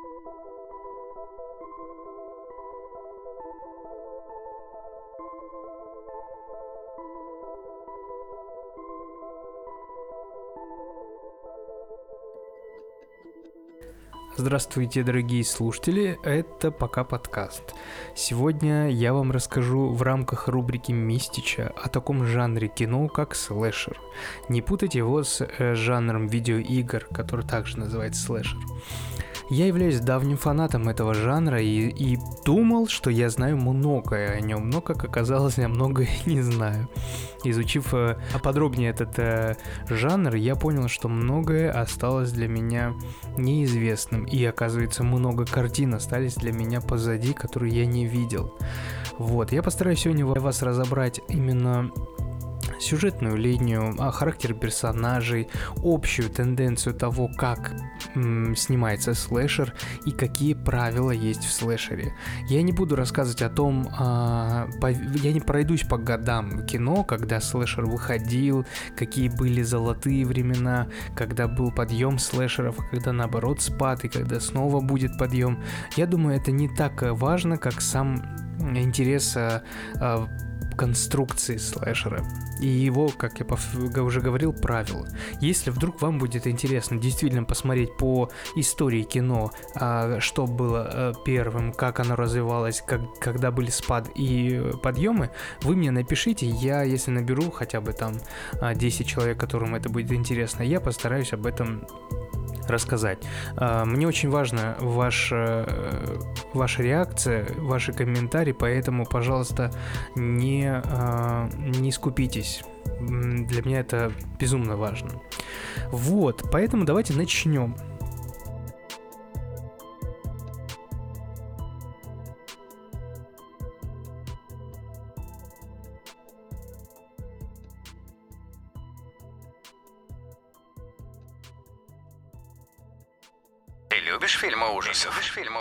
Здравствуйте, дорогие слушатели, это «Пока подкаст». Сегодня я вам расскажу в рамках рубрики «Мистича» о таком жанре кино, как слэшер. Не путайте его с жанром видеоигр, который также называется слэшер. Я являюсь давним фанатом этого жанра и думал, что я знаю многое о нем, но, как оказалось, я многое не знаю. Изучив подробнее этот жанр, я понял, что многое осталось для меня неизвестным, и, оказывается, много картин остались для меня позади, которые я не видел. Вот, я постараюсь сегодня вас разобрать именно сюжетную линию, характер персонажей, общую тенденцию того, как снимается слэшер и какие правила есть в слэшере. Я не буду рассказывать о том, я не пройдусь по годам кино, когда слэшер выходил, какие были золотые времена, когда был подъем слэшеров, когда наоборот спад, и когда снова будет подъем. Я думаю, это не так важно, как сам интерес конструкции слэшера и его, как я уже говорил, правила. Если вдруг вам будет интересно действительно посмотреть по истории кино, что было первым, как оно развивалось, когда были спад и подъемы, вы мне напишите, если наберу хотя бы там 10 человек, которым это будет интересно, я постараюсь об этом рассказать. Мне очень важна ваша реакция, ваши комментарии, поэтому, пожалуйста, не скупитесь. Для меня это безумно важно. Вот, поэтому давайте начнем. Ты любишь фильмы ужасов?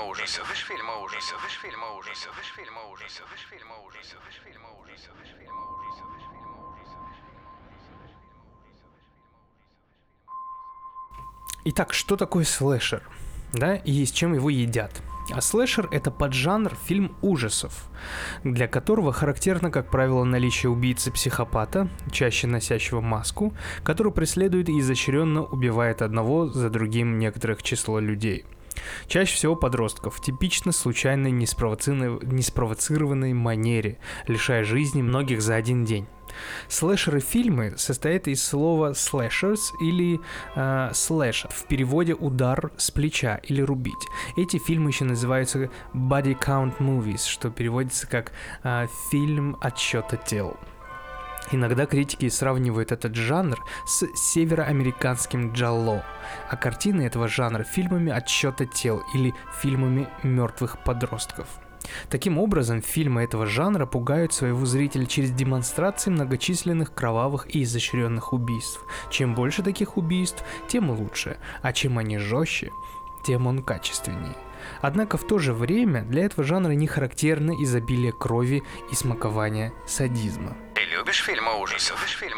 Итак, что такое слэшер? Да, и с чем его едят? А слэшер — это поджанр фильм ужасов, для которого характерно, как правило, наличие убийцы-психопата, чаще носящего маску, который преследует и изощренно убивает одного за другим некоторых число людей. Чаще всего подростков, в типично случайной, неспровоцированной манере, лишая жизни многих за один день. Слэшеры-фильмы состоят из слова slashers или slash, в переводе удар с плеча или рубить. Эти фильмы еще называются body count movies, что переводится как фильм отсчета тел. Иногда критики сравнивают этот жанр с североамериканским джалло, а картины этого жанра фильмами отсчета тел или фильмами мертвых подростков. Таким образом, фильмы этого жанра пугают своего зрителя через демонстрации многочисленных кровавых и изощренных убийств. Чем больше таких убийств, тем лучше, а чем они жестче, тем он качественнее. Однако в то же время для этого жанра не характерно изобилие крови и смакование садизма. Ты любишь фильмы ужасов?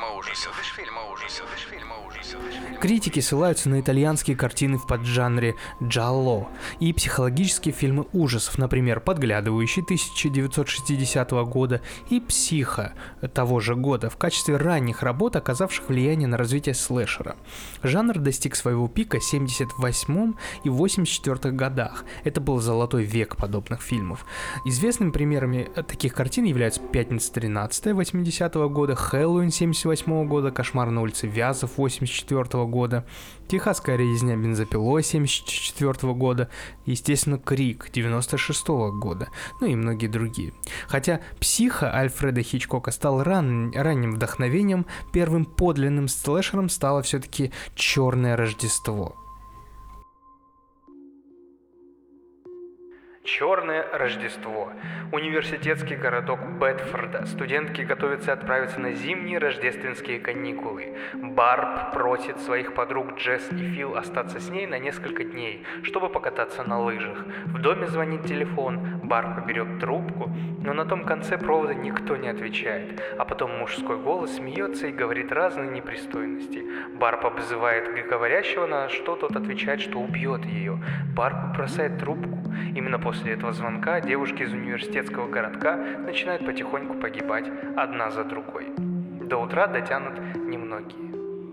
Критики ссылаются на итальянские картины в поджанре джалло и психологические фильмы ужасов, например, «Подглядывающий» 1960 года и «Психо» того же года в качестве ранних работ, оказавших влияние на развитие слэшера. Жанр достиг своего пика в 1978 и 1984 годах. Это был золотой век подобных фильмов. Известными примерами таких картин являются «Пятница 13» 80 года, «Хэллоуин» 78 года, «Кошмар на улице Вязов» 84 года, «Техасская резня бензопилой» 74 года, естественно, «Крик» 96 года, ну и многие другие. Хотя «Психо» Альфреда Хичкока стал ранним вдохновением, первым подлинным слэшером стало все-таки «Черное Рождество». Черное Рождество. Университетский городок Бетфорда. Студентки готовятся отправиться на зимние рождественские каникулы. Барб просит своих подруг Джесс и Фил остаться с ней на несколько дней, чтобы покататься на лыжах. В доме звонит телефон. Барб берет трубку, но на том конце провода никто не отвечает. А потом мужской голос смеется и говорит разные непристойности. Барб обзывает говорящего, на что тот отвечает, что убьет ее. Барб бросает трубку. Именно после этого звонка девушки из университетского городка начинают потихоньку погибать одна за другой. До утра дотянут немногие.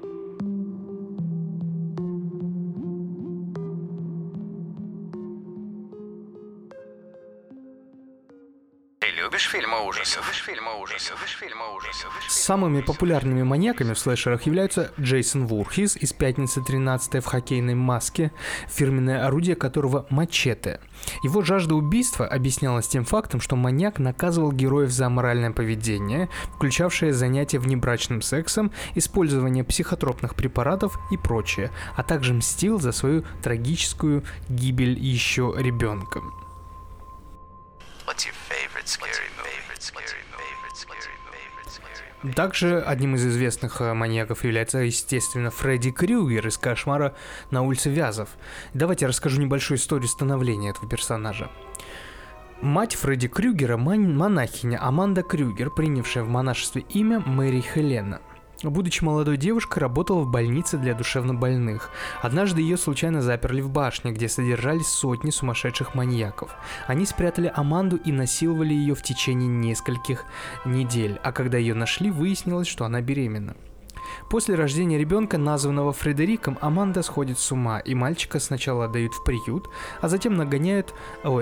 Ты любишь фильмы ужасов? Самыми популярными маньяками в слэшерах являются Джейсон Вурхис из «Пятницы 13 в хоккейной маске», фирменное орудие которого мачете. Его жажда убийства объяснялась тем фактом, что маньяк наказывал героев за аморальное поведение, включавшее занятия внебрачным сексом, использование психотропных препаратов и прочее, а также мстил за свою трагическую гибель еще ребенком. Также одним из известных маньяков является, естественно, Фредди Крюгер из «Кошмара на улице Вязов». Давайте я расскажу небольшую историю становления этого персонажа. Мать Фредди Крюгера – монахиня Аманда Крюгер, принявшая в монашестве имя Мэри Хелена. Будучи молодой девушкой, работала в больнице для душевнобольных. Однажды ее случайно заперли в башне, где содержались сотни сумасшедших маньяков. Они спрятали Аманду и насиловали ее в течение нескольких недель, а когда ее нашли, выяснилось, что она беременна. После рождения ребенка, названного Фредериком, Аманда сходит с ума, и мальчика сначала отдают в приют, а затем находят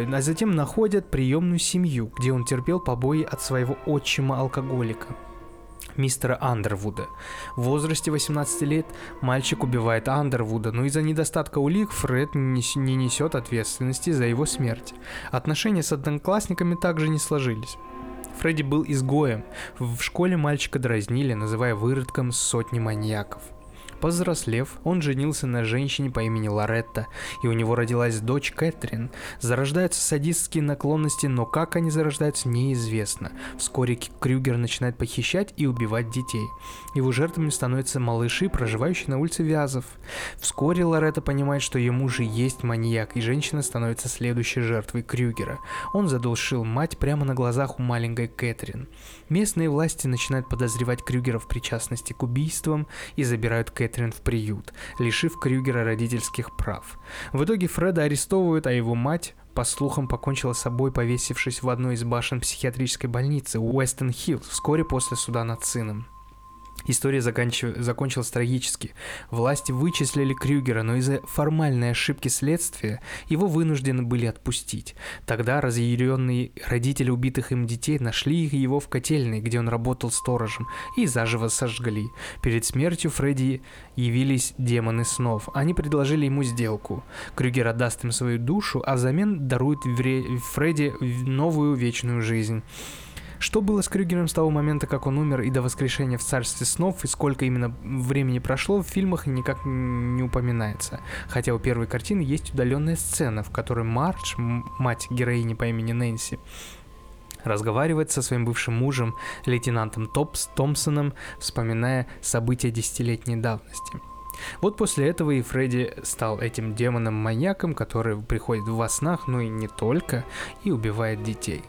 приемную семью, где он терпел побои от своего отчима-алкоголика, мистера Андервуда. В возрасте 18 лет мальчик убивает Андервуда, но из-за недостатка улик Фред не несет ответственности за его смерть. Отношения с одноклассниками также не сложились. Фредди был изгоем. В школе мальчика дразнили, называя выродком сотни маньяков. Повзрослев, он женился на женщине по имени Лоретта, и у него родилась дочь Кэтрин. Зарождаются садистские наклонности, но как они зарождаются, неизвестно. Вскоре Крюгер начинает похищать и убивать детей. Его жертвами становятся малыши, проживающие на улице Вязов. Вскоре Лоретта понимает, что ее муж есть маньяк, и женщина становится следующей жертвой Крюгера. Он задушил мать прямо на глазах у маленькой Кэтрин. Местные власти начинают подозревать Крюгера в причастности к убийствам и забирают Кэтрин в приют, лишив Крюгера родительских прав. В итоге Фреда арестовывают, а его мать, по слухам, покончила с собой, повесившись в одной из башен психиатрической больницы Уэстон-Хиллз вскоре после суда над сыном. История закончилась трагически. Власти вычислили Крюгера, но из-за формальной ошибки следствия его вынуждены были отпустить. Тогда разъяренные родители убитых им детей нашли его в котельной, где он работал сторожем, и заживо сожгли. Перед смертью Фредди явились демоны снов. Они предложили ему сделку. Крюгер отдаст им свою душу, а взамен дарует Фредди новую вечную жизнь. Что было с Крюгером с того момента, как он умер, и до воскрешения в царстве снов, и сколько именно времени прошло, в фильмах никак не упоминается. Хотя у первой картины есть удаленная сцена, в которой Мардж, мать героини по имени Нэнси, разговаривает со своим бывшим мужем, лейтенантом Томпсоном, вспоминая события десятилетней давности. Вот после этого и Фредди стал этим демоном-маньяком, который приходит во снах, но и не только, и убивает детей.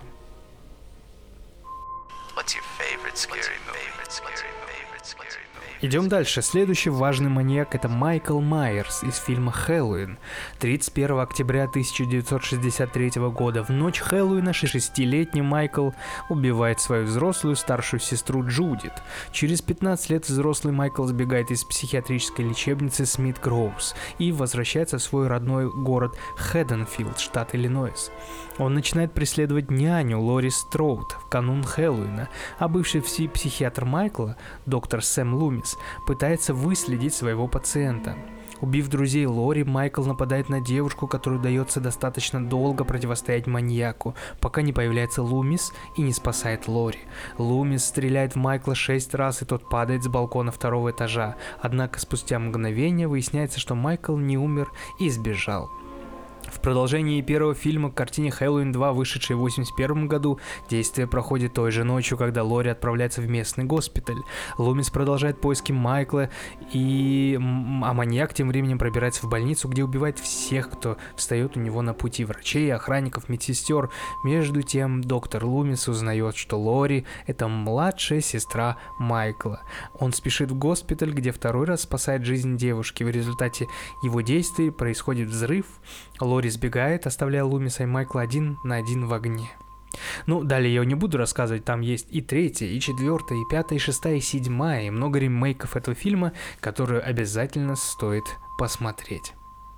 Идем дальше. Следующий важный маньяк — это Майкл Майерс из фильма «Хэллоуин». 31 октября 1963 года, в ночь Хэллоуина, 6-летний Майкл убивает свою взрослую старшую сестру Джудит. Через 15 лет взрослый Майкл сбегает из психиатрической лечебницы Смит Гроувс и возвращается в свой родной город Хэдденфилд, штат Иллинойс. Он начинает преследовать няню Лори Строуд в канун Хэллоуина, а бывший психиатр Майкла, доктор Сэм Лумис, пытается выследить своего пациента. Убив друзей Лори, Майкл нападает на девушку, которой удается достаточно долго противостоять маньяку, пока не появляется Лумис и не спасает Лори. Лумис стреляет в Майкла 6 раз, и тот падает с балкона 2-го этажа. Однако спустя мгновение выясняется, что Майкл не умер и сбежал. В В продолжении первого фильма к картине «Хэллоуин 2», вышедшей в 1981 году, действие проходит той же ночью, когда Лори отправляется в местный госпиталь. Лумис продолжает поиски Майкла, а маньяк тем временем пробирается в больницу, где убивает всех, кто встает у него на пути: врачей, охранников, медсестер. Между тем, доктор Лумис узнает, что Лори — это младшая сестра Майкла. Он спешит в госпиталь, где второй раз спасает жизнь девушки. В результате его действий происходит взрыв. Лори сбегает, оставляя Лумиса и Майкла один на один в огне. Ну, далее я не буду рассказывать, там есть и третья, и четвертая, и пятая, и шестая, и седьмая, и много ремейков этого фильма, которые обязательно стоит посмотреть.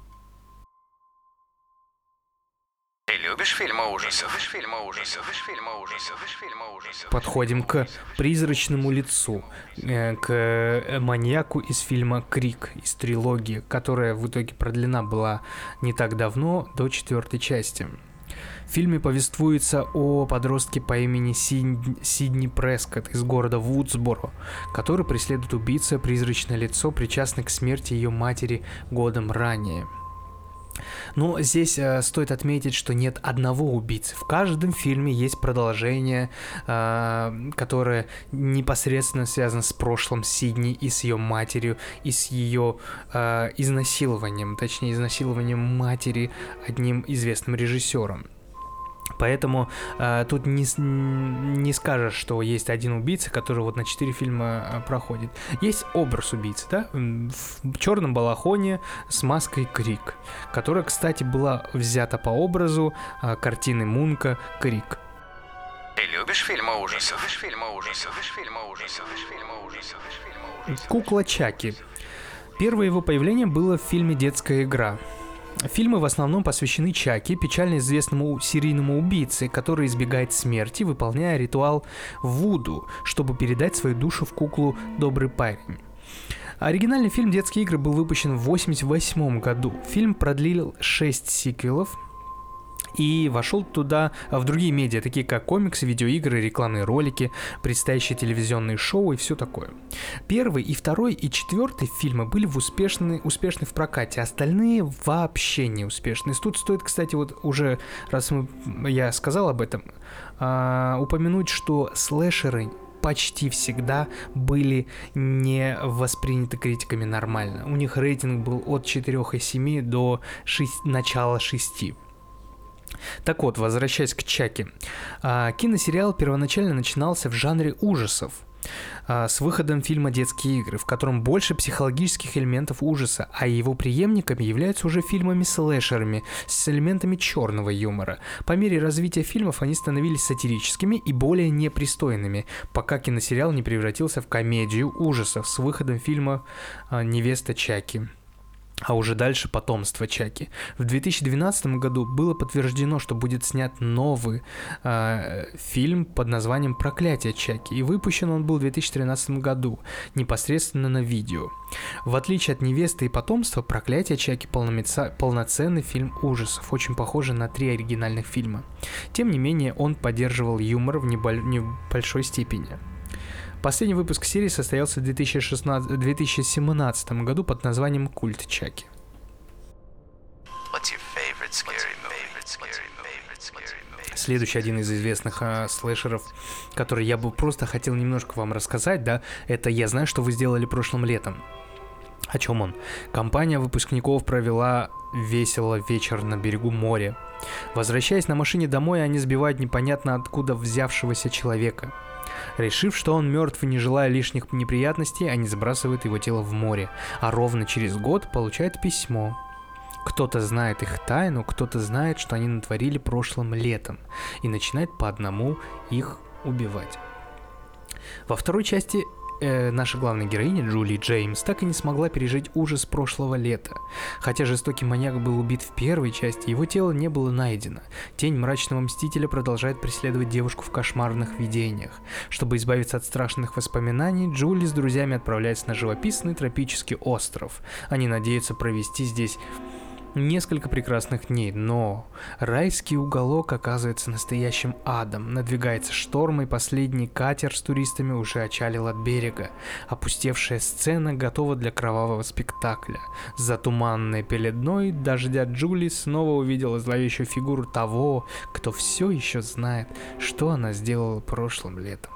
Ты любишь фильмы ужасов? Подходим к «Призрачному лицу», к маньяку из фильма «Крик», из трилогии, которая в итоге продлена была не так давно, до 4 части. В фильме повествуется о подростке по имени Сидни Прескотт из города Вудсборо, который преследует убийца, призрачное лицо, причастное к смерти ее матери годом ранее. Но здесь стоит отметить, что нет одного убийцы. В каждом фильме есть продолжение, которое непосредственно связано с прошлым Сидни и с ее матерью, и с ее изнасилованием, точнее изнасилованием матери одним известным режиссером. Поэтому тут не скажешь, что есть один убийца, который вот на 4 фильма проходит. Есть образ убийцы, да, в черном балахоне с маской Крик, которая, кстати, была взята по образу картины Мунка «Крик». Ты любишь фильмы ужасов? Кукла Чаки. Первое его появление было в фильме «Детская игра». Фильмы в основном посвящены Чаки, печально известному серийному убийце, который избегает смерти, выполняя ритуал вуду, чтобы передать свою душу в куклу «Добрый парень». Оригинальный фильм «Детские игры» был выпущен в 1988 году. Фильм продлил 6 сиквелов и вошел туда в другие медиа, такие как комиксы, видеоигры, рекламные ролики, предстоящие телевизионные шоу и все такое. Первый, и второй, и четвертый фильмы были успешны в прокате, остальные вообще не успешны. Тут стоит, кстати, вот уже, раз я сказал об этом, упомянуть, что слэшеры почти всегда были не восприняты критиками нормально. У них рейтинг был от 4,7 до начала 6. Так вот, возвращаясь к Чаки. Киносериал первоначально начинался в жанре ужасов, с выходом фильма «Детские игры», в котором больше психологических элементов ужаса, а его преемниками являются уже фильмами-слэшерами с элементами черного юмора. По мере развития фильмов они становились сатирическими и более непристойными, пока киносериал не превратился в комедию ужасов с выходом фильма «Невеста Чаки», а уже дальше «Потомство Чаки». В 2012 году было подтверждено, что будет снят новый фильм под названием «Проклятие Чаки», и выпущен он был в 2013 году, непосредственно на видео. В отличие от «Невесты» и «Потомства», «Проклятие Чаки» полноценный фильм ужасов, очень похожий на 3 оригинальных фильма. Тем не менее, он поддерживал юмор в небольшой степени. Последний выпуск серии состоялся в 2017 году под названием «Культ Чаки». Следующий один из известных слэшеров, который я бы просто хотел немножко вам рассказать, да, это «Я знаю, что вы сделали прошлым летом». О чем он? Компания выпускников провела весело вечер на берегу моря. Возвращаясь на машине домой, они сбивают непонятно откуда взявшегося человека. Решив, что он мертв и не желая лишних неприятностей, они сбрасывают его тело в море, а ровно через год получают письмо. Кто-то знает их тайну, кто-то знает, что они натворили прошлым летом, и начинает по одному их убивать. Во второй части наша главная героиня Джули Джеймс так и не смогла пережить ужас прошлого лета. Хотя жестокий маньяк был убит в первой части, его тело не было найдено. Тень мрачного мстителя продолжает преследовать девушку в кошмарных видениях. Чтобы избавиться от страшных воспоминаний, Джули с друзьями отправляется на живописный тропический остров. Они надеются провести здесь несколько прекрасных дней, но райский уголок оказывается настоящим адом. Надвигается шторм, и последний катер с туристами уже отчалил от берега. Опустевшая сцена готова для кровавого спектакля. За туманной пеленой дождя Джули снова увидела зловещую фигуру того, кто все еще знает, что она сделала прошлым летом.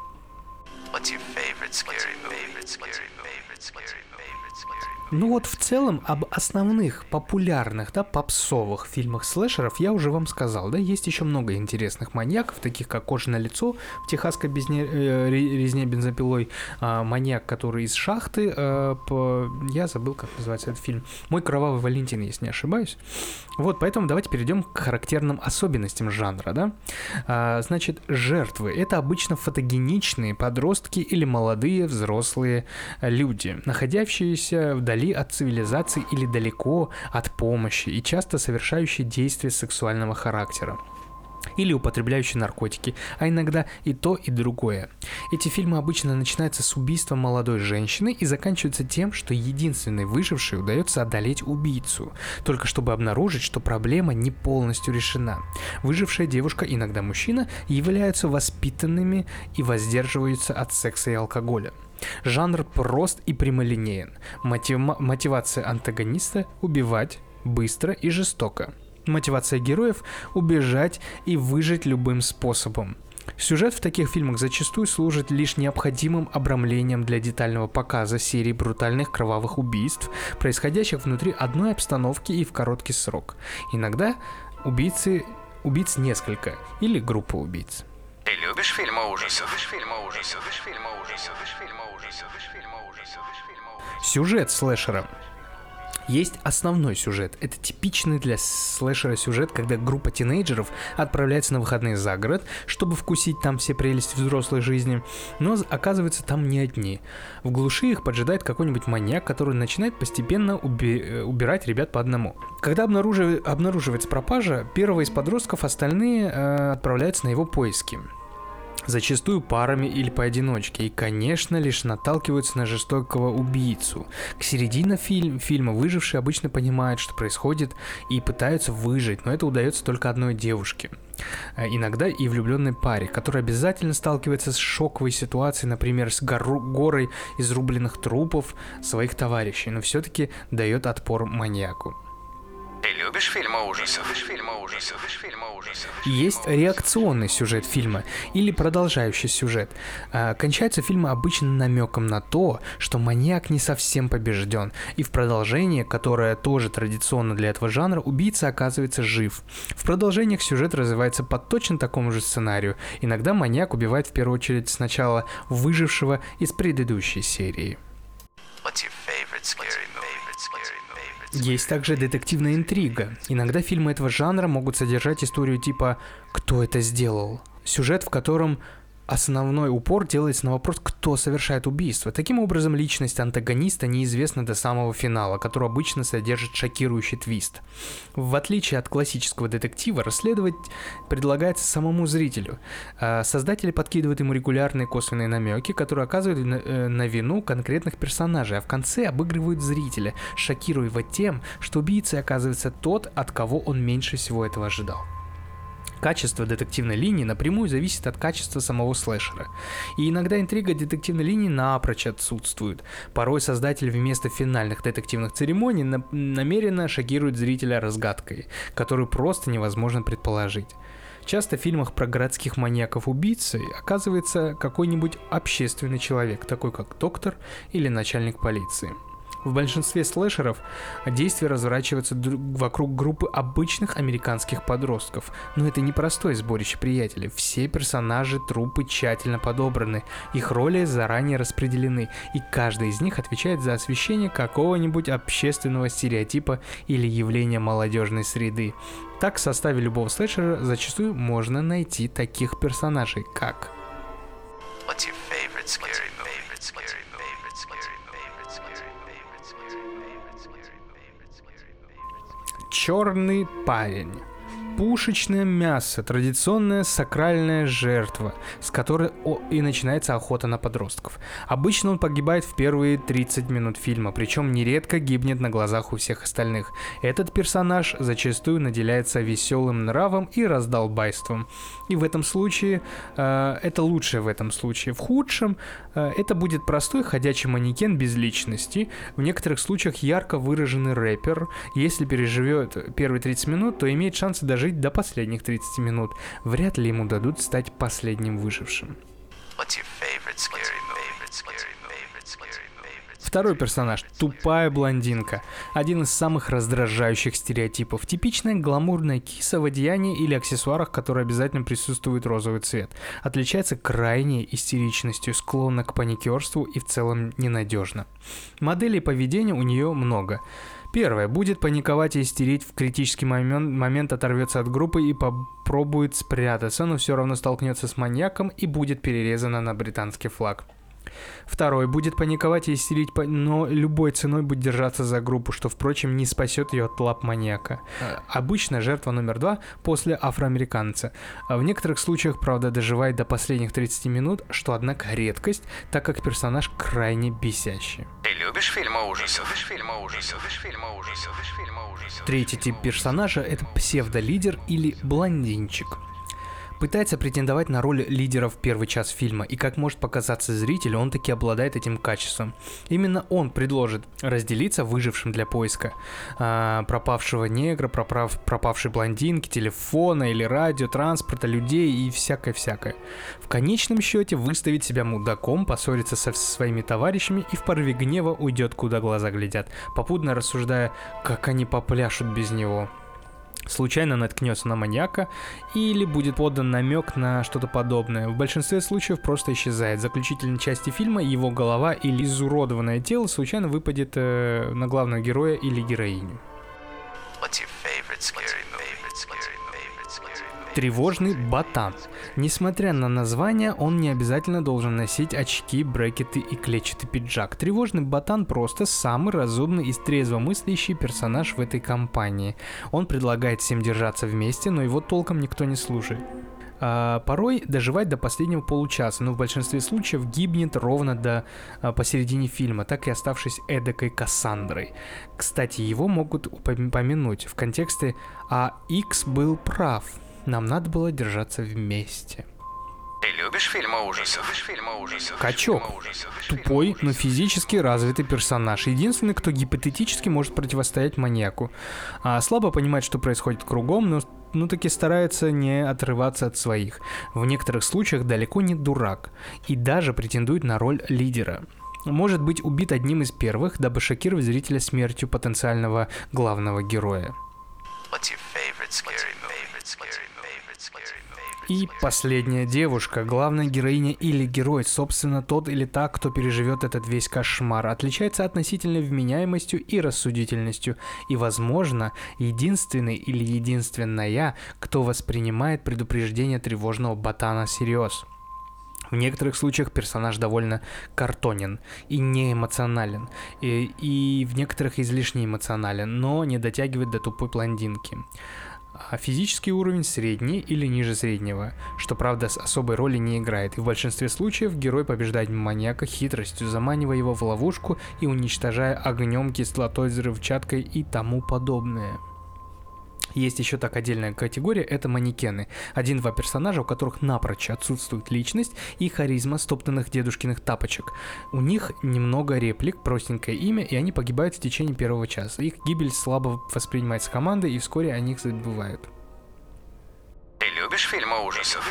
Ну вот в целом об основных популярных, да, попсовых фильмах слэшеров я уже вам сказал, да, есть еще много интересных маньяков, таких как «Кожа на лицо», в «Техасской резне бензопилой», маньяк, который из шахты, я забыл, как называется этот фильм, «Мой кровавый Валентин», если не ошибаюсь. Вот, поэтому давайте перейдем к характерным особенностям жанра, да. Значит, жертвы — это обычно фотогеничные подростки или молодые взрослые люди, находящиеся вдали от цивилизации или далеко от помощи и часто совершающие действия сексуального характера или употребляющие наркотики, а иногда и то, и другое. Эти фильмы обычно начинаются с убийства молодой женщины и заканчиваются тем, что единственной выжившей удается одолеть убийцу, только чтобы обнаружить, что проблема не полностью решена. Выжившая девушка, иногда мужчина, являются воспитанными и воздерживаются от секса и алкоголя. Жанр прост и прямолинеен. Мотивация антагониста – убивать быстро и жестоко. Мотивация героев – убежать и выжить любым способом. Сюжет в таких фильмах зачастую служит лишь необходимым обрамлением для детального показа серии брутальных кровавых убийств, происходящих внутри одной обстановки и в короткий срок. Иногда убийц несколько или группа убийц. Ты любишь фильмы ужасов? Сюжет слэшера. Есть основной сюжет. Это типичный для слэшера сюжет, когда группа тинейджеров отправляется на выходные за город, чтобы вкусить там все прелести взрослой жизни, но оказывается там не одни. В глуши их поджидает какой-нибудь маньяк, который начинает постепенно убирать ребят по одному. Когда обнаруживается пропажа первого из подростков, остальные отправляются на его поиски. Зачастую парами или поодиночке, и, конечно, лишь наталкиваются на жестокого убийцу. К середине фильма выжившие обычно понимают, что происходит, и пытаются выжить, но это удается только одной девушке. Иногда и влюбленной паре, которая обязательно сталкивается с шоковой ситуацией, например, с горой изрубленных трупов своих товарищей, но все-таки дает отпор маньяку. Ты любишь фильмы ужасов? Есть реакционный сюжет фильма или продолжающий сюжет. Кончаются фильмы обычно намеком на то, что маньяк не совсем побежден, и в продолжении, которое тоже традиционно для этого жанра, убийца оказывается жив. В продолжениях сюжет развивается по точно такому же сценарию. Иногда маньяк убивает в первую очередь сначала выжившего из предыдущей серии. Есть также детективная интрига. Иногда фильмы этого жанра могут содержать историю типа «Кто это сделал?». Сюжет, в котором основной упор делается на вопрос, кто совершает убийство. Таким образом, личность антагониста неизвестна до самого финала, который обычно содержит шокирующий твист. В отличие от классического детектива, расследовать предлагается самому зрителю. Создатели подкидывают ему регулярные косвенные намеки, которые оказывают на вину конкретных персонажей, а в конце обыгрывают зрителя, шокируя его тем, что убийцей оказывается тот, от кого он меньше всего этого ожидал. Качество детективной линии напрямую зависит от качества самого слэшера. И иногда интрига детективной линии напрочь отсутствует. Порой создатель вместо финальных детективных церемоний намеренно шокирует зрителя разгадкой, которую просто невозможно предположить. Часто в фильмах про городских маньяков-убийц оказывается какой-нибудь общественный человек, такой как доктор или начальник полиции. В большинстве слэшеров действие разворачивается вокруг группы обычных американских подростков. Но это не простое сборище приятелей. Все персонажи труппы тщательно подобраны, их роли заранее распределены, и каждый из них отвечает за освещение какого-нибудь общественного стереотипа или явления молодежной среды. Так в составе любого слэшера зачастую можно найти таких персонажей, как... «Черный парень», Пушечное мясо – традиционная сакральная жертва, с которой и начинается охота на подростков. Обычно он погибает в первые 30 минут фильма, причем нередко гибнет на глазах у всех остальных. Этот персонаж зачастую наделяется веселым нравом и раздолбайством. И в этом случае, это лучшее в этом случае. В худшем, это будет простой ходячий манекен без личности. В некоторых случаях ярко выраженный рэпер. Если переживет первые 30 минут, то имеет шансы дожить до последних 30 минут. Вряд ли ему дадут стать последним выжившим. Второй персонаж – тупая блондинка. Один из самых раздражающих стереотипов. Типичная гламурная киса в одеянии или аксессуарах, которые обязательно присутствует розовый цвет. Отличается крайней истеричностью, склонна к паникерству и в целом ненадежна. Моделей поведения у нее много. Первое. Будет паниковать и истерить в критический момент, оторвется от группы и попробует спрятаться, но все равно столкнется с маньяком и будет перерезана на британский флаг. Второй. Будет паниковать и истерить, но любой ценой будет держаться за группу, что, впрочем, не спасет ее от лап маньяка. Обычно жертва номер 2 после афроамериканца. В некоторых случаях, правда, доживает до последних 30 минут, что, однако, редкость, так как персонаж крайне бесящий. Ты любишь фильмы ужасов? Третий тип персонажа – это псевдолидер или блондинчик. Пытается претендовать на роль лидера в первый час фильма, и как может показаться зрителю, он таки обладает этим качеством. Именно он предложит разделиться выжившим для поиска пропавшего негра, пропавшей блондинки, телефона или радио, транспорта, людей и всякое-всякое. В конечном счете выставить себя мудаком, поссориться со своими товарищами и в порыве гнева уйдет, куда глаза глядят, попутно рассуждая, как они попляшут без него. Случайно наткнется на маньяка или будет подан намек на что-то подобное. В большинстве случаев просто исчезает. В заключительной части фильма его голова или изуродованное тело случайно выпадет на главного героя или героиню. Тревожный ботан. Несмотря на название, он не обязательно должен носить очки, брекеты и клетчатый пиджак. Тревожный ботан просто самый разумный и трезвомыслящий персонаж в этой компании. Он предлагает всем держаться вместе, но его толком никто не слушает. Порой доживать до последнего получаса, но в большинстве случаев гибнет ровно посередине фильма, так и оставшись эдакой Кассандрой. Кстати, его могут упомянуть в контексте «А Икс был прав». Нам надо было держаться вместе. Ты любишь фильмы ужасов? Качок. Тупой, но физически развитый персонаж. Единственный, кто гипотетически может противостоять маньяку. Слабо понимает, что происходит кругом, но таки старается не отрываться от своих. В некоторых случаях далеко не дурак. И даже претендует на роль лидера. Может быть убит одним из первых, дабы шокировать зрителя смертью потенциального главного героя. И последняя девушка, главная героиня или герой, собственно, тот или та, кто переживет этот весь кошмар, отличается относительной вменяемостью и рассудительностью, и, возможно, единственный или единственная, кто воспринимает предупреждение тревожного ботана всерьез. В некоторых случаях персонаж довольно картонен и неэмоционален, и в некоторых излишне эмоционален, но не дотягивает до тупой блондинки. А физический уровень средний или ниже среднего, что, правда, особой роли не играет, и в большинстве случаев герой побеждает маньяка хитростью, заманивая его в ловушку и уничтожая огнем, кислотой, взрывчаткой и тому подобное. Есть еще так отдельная категория, это манекены. 1-2 персонажа, у которых напрочь отсутствует личность и харизма стоптанных дедушкиных тапочек. У них немного реплик, простенькое имя, и они погибают в течение первого часа. Их гибель слабо воспринимается командой, и вскоре о них забывают. Ты любишь фильмы ужасов?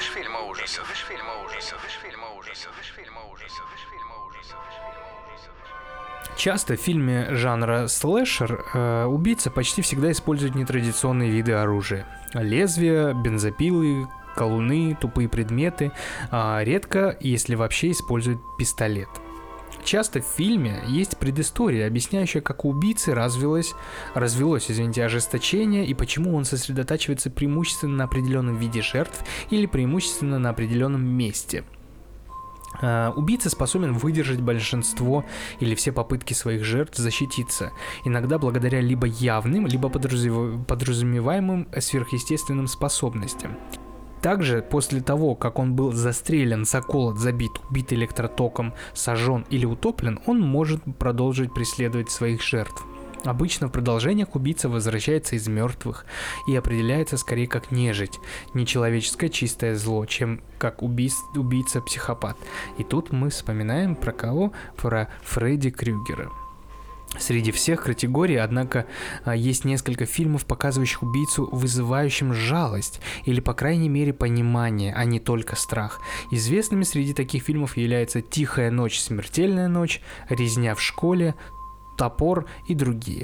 Часто в фильме жанра слэшер убийца почти всегда использует нетрадиционные виды оружия. Лезвия, бензопилы, колуны, тупые предметы. Редко, если вообще, использует пистолет. Часто в фильме есть предыстория, объясняющая, как у убийцы развелось ожесточение и почему он сосредотачивается преимущественно на определенном виде жертв или преимущественно на определенном месте. Убийца способен выдержать большинство или все попытки своих жертв защититься, иногда благодаря либо явным, либо подразумеваемым сверхъестественным способностям. Также после того, как он был застрелен, заколот, забит, убит электротоком, сожжен или утоплен, он может продолжить преследовать своих жертв. Обычно в продолжениях убийца возвращается из мертвых и определяется скорее как нежить, нечеловеческое чистое зло, чем как убийца-психопат. И тут мы вспоминаем про кого? Про Фредди Крюгера. Среди всех категорий, однако, есть несколько фильмов, показывающих убийцу вызывающим жалость или, по крайней мере, понимание, а не только страх. Известными среди таких фильмов являются «Тихая ночь, смертельная ночь», «Резня в школе», «Топор» и другие.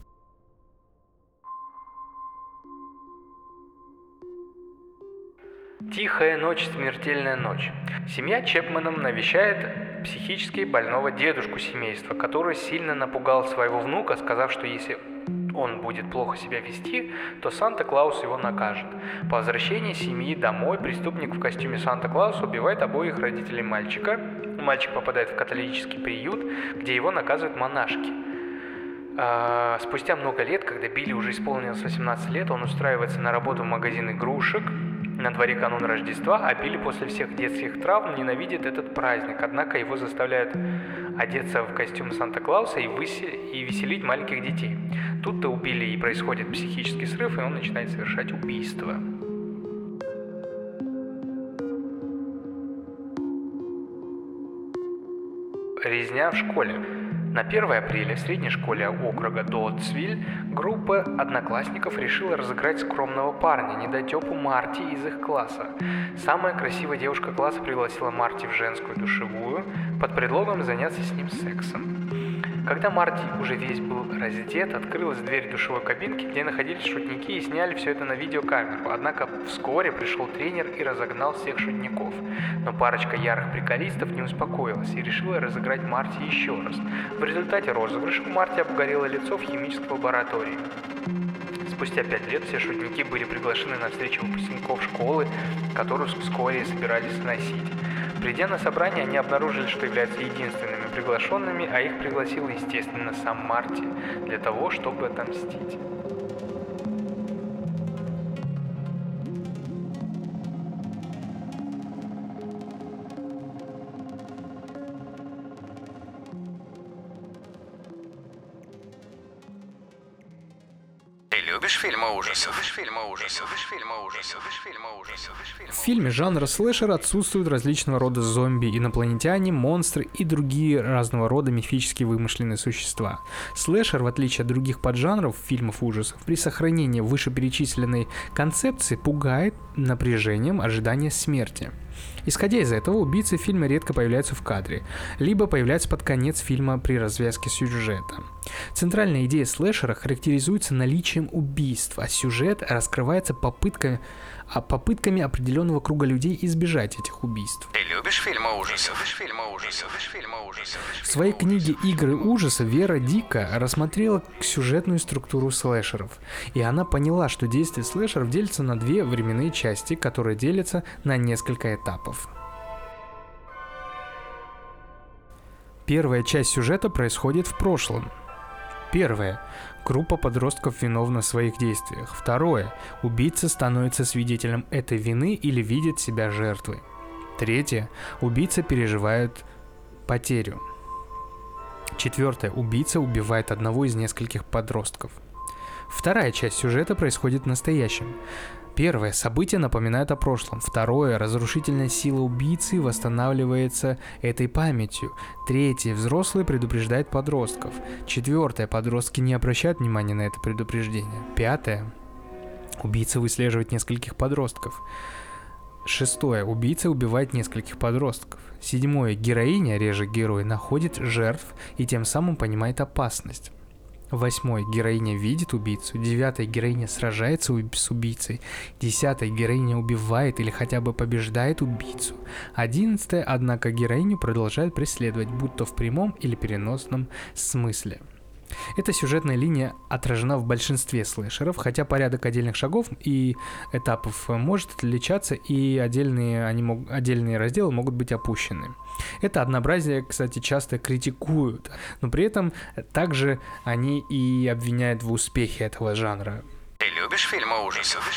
Тихая ночь, смертельная ночь. Семья Чепманов навещает психически больного дедушку семейства, который сильно напугал своего внука, сказав, что если он будет плохо себя вести, то Санта-Клаус его накажет. По возвращении семьи домой преступник в костюме Санта-Клауса убивает обоих родителей мальчика. Мальчик попадает в католический приют, где его наказывают монашки. Спустя много лет, когда Билли уже исполнилось 18 лет, он устраивается на работу в магазин игрушек. На дворе канун Рождества, а Билли после всех детских травм ненавидит этот праздник, однако его заставляют одеться в костюм Санта-Клауса и веселить маленьких детей. Тут-то у Билли и происходит психический срыв, и он начинает совершать убийство. Резня в школе. На 1 апреля в средней школе округа Доутсвилл группа одноклассников решила разыграть скромного парня, недотепу Марти из их класса. Самая красивая девушка класса пригласила Марти в женскую душевую под предлогом заняться с ним сексом. Когда Марти уже весь был раздет, открылась дверь душевой кабинки, где находились шутники, и сняли все это на видеокамеру. Однако вскоре пришел тренер и разогнал всех шутников. Но парочка ярых приколистов не успокоилась и решила разыграть Марти еще раз. В результате розыгрыша у Марти обгорело лицо в химической лаборатории. Спустя 5 лет все шутники были приглашены на встречу выпускников школы, которую вскоре собирались сносить. Придя на собрание, они обнаружили, что являются единственными приглашенными, а их пригласил, естественно, сам Марти для того, чтобы отомстить. Любишь фильмы ужасов? В фильме жанра слэшер отсутствуют различного рода зомби, инопланетяне, монстры и другие разного рода мифические вымышленные существа. Слэшер, в отличие от других поджанров фильмов ужасов, при сохранении вышеперечисленной концепции пугает напряжением ожидания смерти. Исходя из этого, убийцы в фильме редко появляются в кадре, либо появляются под конец фильма при развязке сюжета. Центральная идея слэшера характеризуется наличием убийств, а сюжет раскрывается попытками определенного круга людей избежать этих убийств. Ты любишь фильмы ужасов? В своей книге «Игры ужаса» Вера Дика рассмотрела сюжетную структуру слэшеров, и она поняла, что действие слэшеров делится на две временные части, которые делятся на несколько этапов. Первая часть сюжета происходит в прошлом. Первое. Группа подростков виновна в своих действиях. Второе. Убийца становится свидетелем этой вины или видит себя жертвой. Третье. Убийца переживает потерю. Четвертое. Убийца убивает одного из нескольких подростков. Вторая часть сюжета происходит в настоящем. Первое. События напоминают о прошлом. Второе. Разрушительная сила убийцы восстанавливается этой памятью. Третье. Взрослые предупреждают подростков. Четвертое. Подростки не обращают внимания на это предупреждение. Пятое. Убийца выслеживает нескольких подростков. Шестое. Убийца убивает нескольких подростков. Седьмое. Героиня, реже герой, находит жертв и тем самым понимает опасность. Восьмой. Героиня видит убийцу. Девятое. Героиня сражается с убийцей. Десятое. Героиня убивает или хотя бы побеждает убийцу. 11. Однако героиню продолжают преследовать, будто в прямом или переносном смысле. Эта сюжетная линия отражена в большинстве слэшеров, хотя порядок отдельных шагов и этапов может отличаться, и отдельные разделы могут быть опущены. Это однообразие, кстати, часто критикуют, но при этом также они и обвиняют в успехе этого жанра. Ты любишь фильмы ужасов?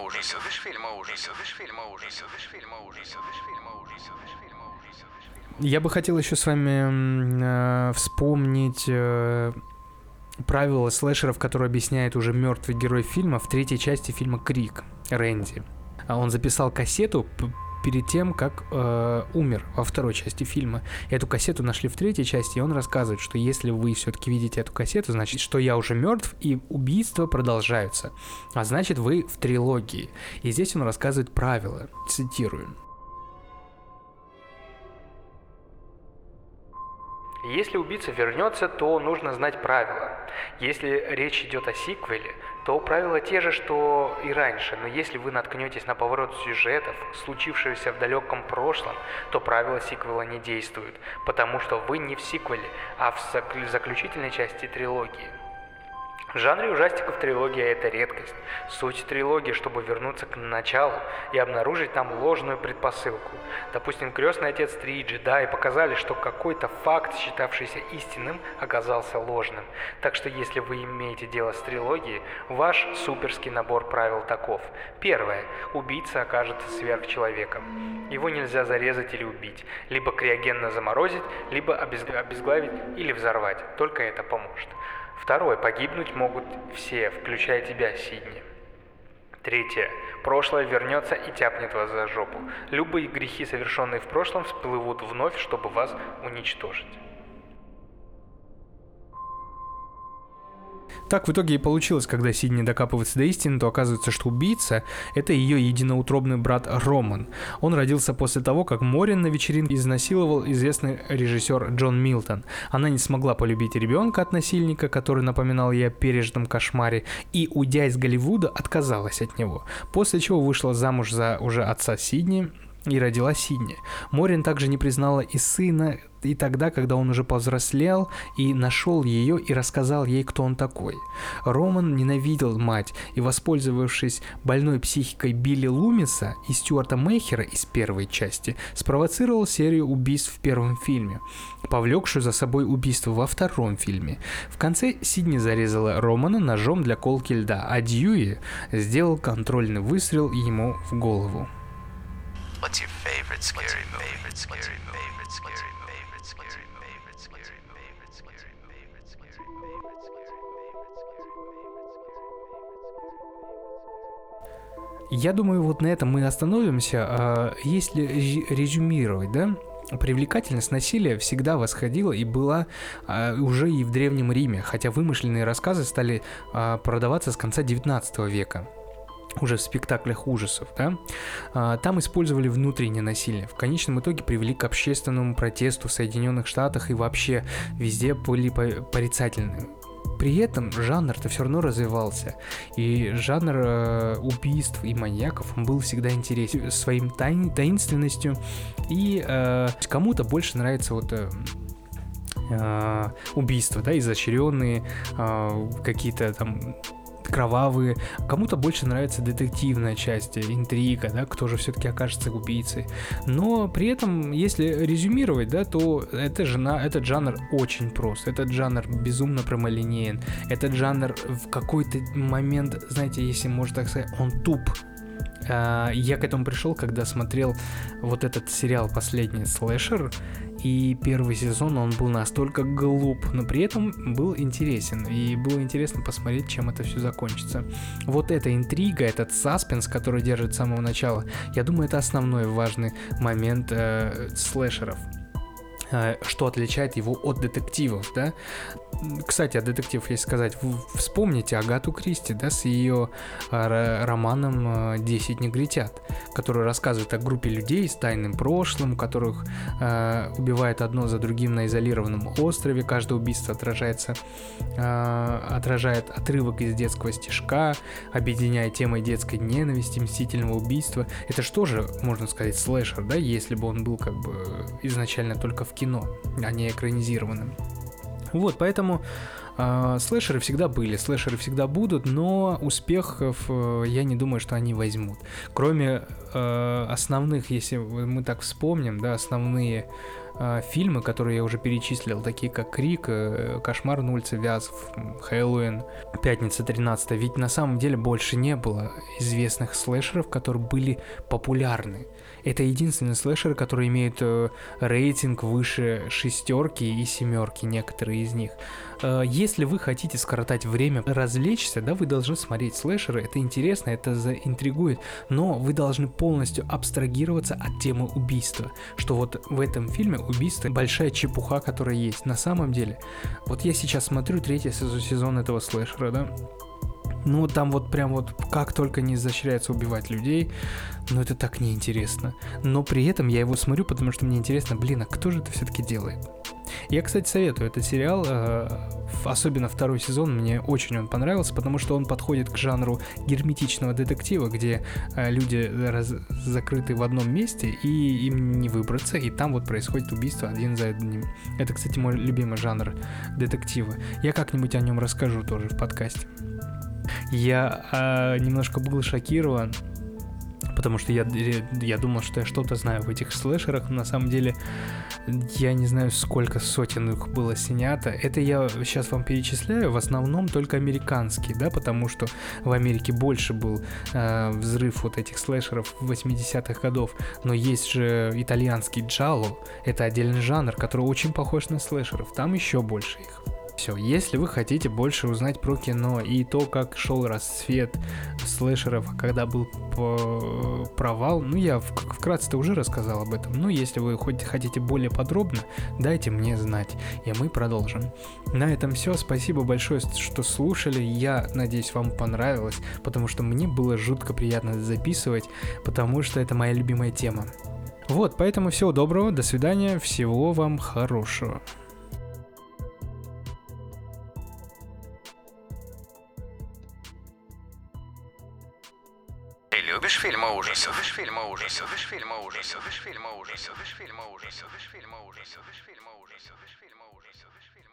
Я бы хотел еще с вами вспомнить правила слэшеров, которые объясняет уже мертвый герой фильма в третьей части фильма «Крик» Рэнди. Он записал кассету перед тем, как умер во второй части фильма. Эту кассету нашли в третьей части, и он рассказывает, что если вы все-таки видите эту кассету, значит, что я уже мертв, и убийства продолжаются. А значит, вы в трилогии. И здесь он рассказывает правила. Цитирую. Если убийца вернется, то нужно знать правила. Если речь идет о сиквеле, то правила те же, что и раньше. Но если вы наткнетесь на поворот сюжетов, случившегося в далеком прошлом, то правила сиквела не действуют, потому что вы не в сиквеле, а в заключительной части трилогии. В жанре ужастиков трилогия – это редкость. Суть трилогии, чтобы вернуться к началу и обнаружить там ложную предпосылку. Допустим, «Крестный отец» 3 и «Джедаи» показали, что какой-то факт, считавшийся истинным, оказался ложным. Так что если вы имеете дело с трилогией, ваш суперский набор правил таков. Первое. Убийца окажется сверхчеловеком. Его нельзя зарезать или убить. Либо криогенно заморозить, либо обезглавить или взорвать. Только это поможет. Второе. Погибнуть могут все, включая тебя, Сидни. Третье. Прошлое вернется и тяпнет вас за жопу. Любые грехи, совершенные в прошлом, всплывут вновь, чтобы вас уничтожить. Так в итоге и получилось, когда Сидни докапывается до истины, то оказывается, что убийца — это ее единоутробный брат Роман. Он родился после того, как Морин на вечеринке изнасиловал известный режиссер Джон Милтон. Она не смогла полюбить ребенка от насильника, который напоминал ей о пережитом кошмаре, и, уйдя из Голливуда, отказалась от него, после чего вышла замуж за уже отца Сидни и родила Сидни. Морин также не признала и сына, и тогда, когда он уже повзрослел и нашел ее и рассказал ей, кто он такой. Роман ненавидел мать и, воспользовавшись больной психикой Билли Лумиса и Стюарта Мейхера из первой части, спровоцировал серию убийств в первом фильме, повлекшую за собой убийство во втором фильме. В конце Сидни зарезала Романа ножом для колки льда, а Дьюи сделал контрольный выстрел ему в голову. What's your favorite scary movie? Я думаю, вот на этом мы остановимся. Если резюмировать, да, привлекательность насилия всегда восходила и была уже и в Древнем Риме, хотя вымышленные рассказы стали продаваться с конца 19 века. Уже в спектаклях ужасов, да, там использовали внутреннее насилие. В конечном итоге привели к общественному протесту в Соединенных Штатах и вообще везде были порицательны. При этом жанр-то все равно развивался, и жанр убийств и маньяков был всегда интересен своим таинственностью, и кому-то больше нравится вот убийства, да, изощренные, какие-то там кровавые, кому-то больше нравится детективная часть, интрига, да, кто же все-таки окажется убийцей. Но при этом, если резюмировать, да, то этот жанр очень прост, этот жанр безумно прямолинеен, этот жанр в какой-то момент, знаете, если можно так сказать, он туп. Я к этому пришел, когда смотрел вот этот сериал «Последний слэшер», и первый сезон он был настолько глуп, но при этом был интересен, и было интересно посмотреть, чем это все закончится. Вот эта интрига, этот саспенс, который держит с самого начала, я думаю, это основной важный момент слэшеров. Что отличает его от детективов, да? Кстати, о детективах, если сказать, вспомните Агату Кристи, да, с ее романом «10 негритят», который рассказывает о группе людей с тайным прошлым, которых убивают одно за другим на изолированном острове. Каждое убийство отражает отрывок из детского стишка, объединяя темой детской ненависти, мстительного убийства. Это что же, можно сказать, слэшер, да, если бы он был как бы изначально только в кино, а не экранизированным. Вот, поэтому слэшеры всегда были, слэшеры всегда будут, но успехов я не думаю, что они возьмут. Кроме основных, если мы так вспомним, да, основные фильмы, которые я уже перечислил, такие как «Крик», «Кошмар на улице Вязов», «Хэллоуин», «Пятница 13», ведь на самом деле больше не было известных слэшеров, которые были популярны. Это единственные слэшеры, которые имеют рейтинг выше 6 и 7, некоторые из них. Если вы хотите скоротать время, развлечься, да, вы должны смотреть слэшеры, это интересно, это заинтригует, но вы должны полностью абстрагироваться от темы убийства, что вот в этом фильме убийство большая чепуха, которая есть. На самом деле, вот я сейчас смотрю 3-й сезон этого слэшера, да, ну, там вот прям вот как только не изощряется убивать людей, но это так неинтересно. Но при этом я его смотрю, потому что мне интересно, блин, а кто же это все-таки делает? Я, кстати, советую этот сериал, особенно 2-й сезон, мне очень он понравился, потому что он подходит к жанру герметичного детектива, где люди закрыты в одном месте, и им не выбраться, и там вот происходит убийство один за одним. Это, кстати, мой любимый жанр детектива. Я как-нибудь о нем расскажу тоже в подкасте. Я немножко был шокирован, потому что я думал, что я что-то знаю в этих слэшерах, но на самом деле я не знаю, сколько сотен их было снято. Это я сейчас вам перечисляю, в основном только американские, да, потому что в Америке больше был взрыв вот этих слэшеров 80-х годов, но есть же итальянский джалло, это отдельный жанр, который очень похож на слэшеров, там еще больше их. Все, если вы хотите больше узнать про кино и то, как шел расцвет слэшеров, когда был провал, ну я вкратце-то уже рассказал об этом, но если вы хотите более подробно, дайте мне знать, и мы продолжим. На этом все, спасибо большое, что слушали, я надеюсь, вам понравилось, потому что мне было жутко приятно записывать, потому что это моя любимая тема. Вот, поэтому всего доброго, до свидания, всего вам хорошего. Любишь фильмы ужасов? Любишь фильмы ужасов? Любишь фильмы ужасов? Любишь фильмы ужасов? Любишь фильмы ужасов? Любишь фильмы ужасов? Любишь фильмы ужасов? Любишь фильмы ужасов?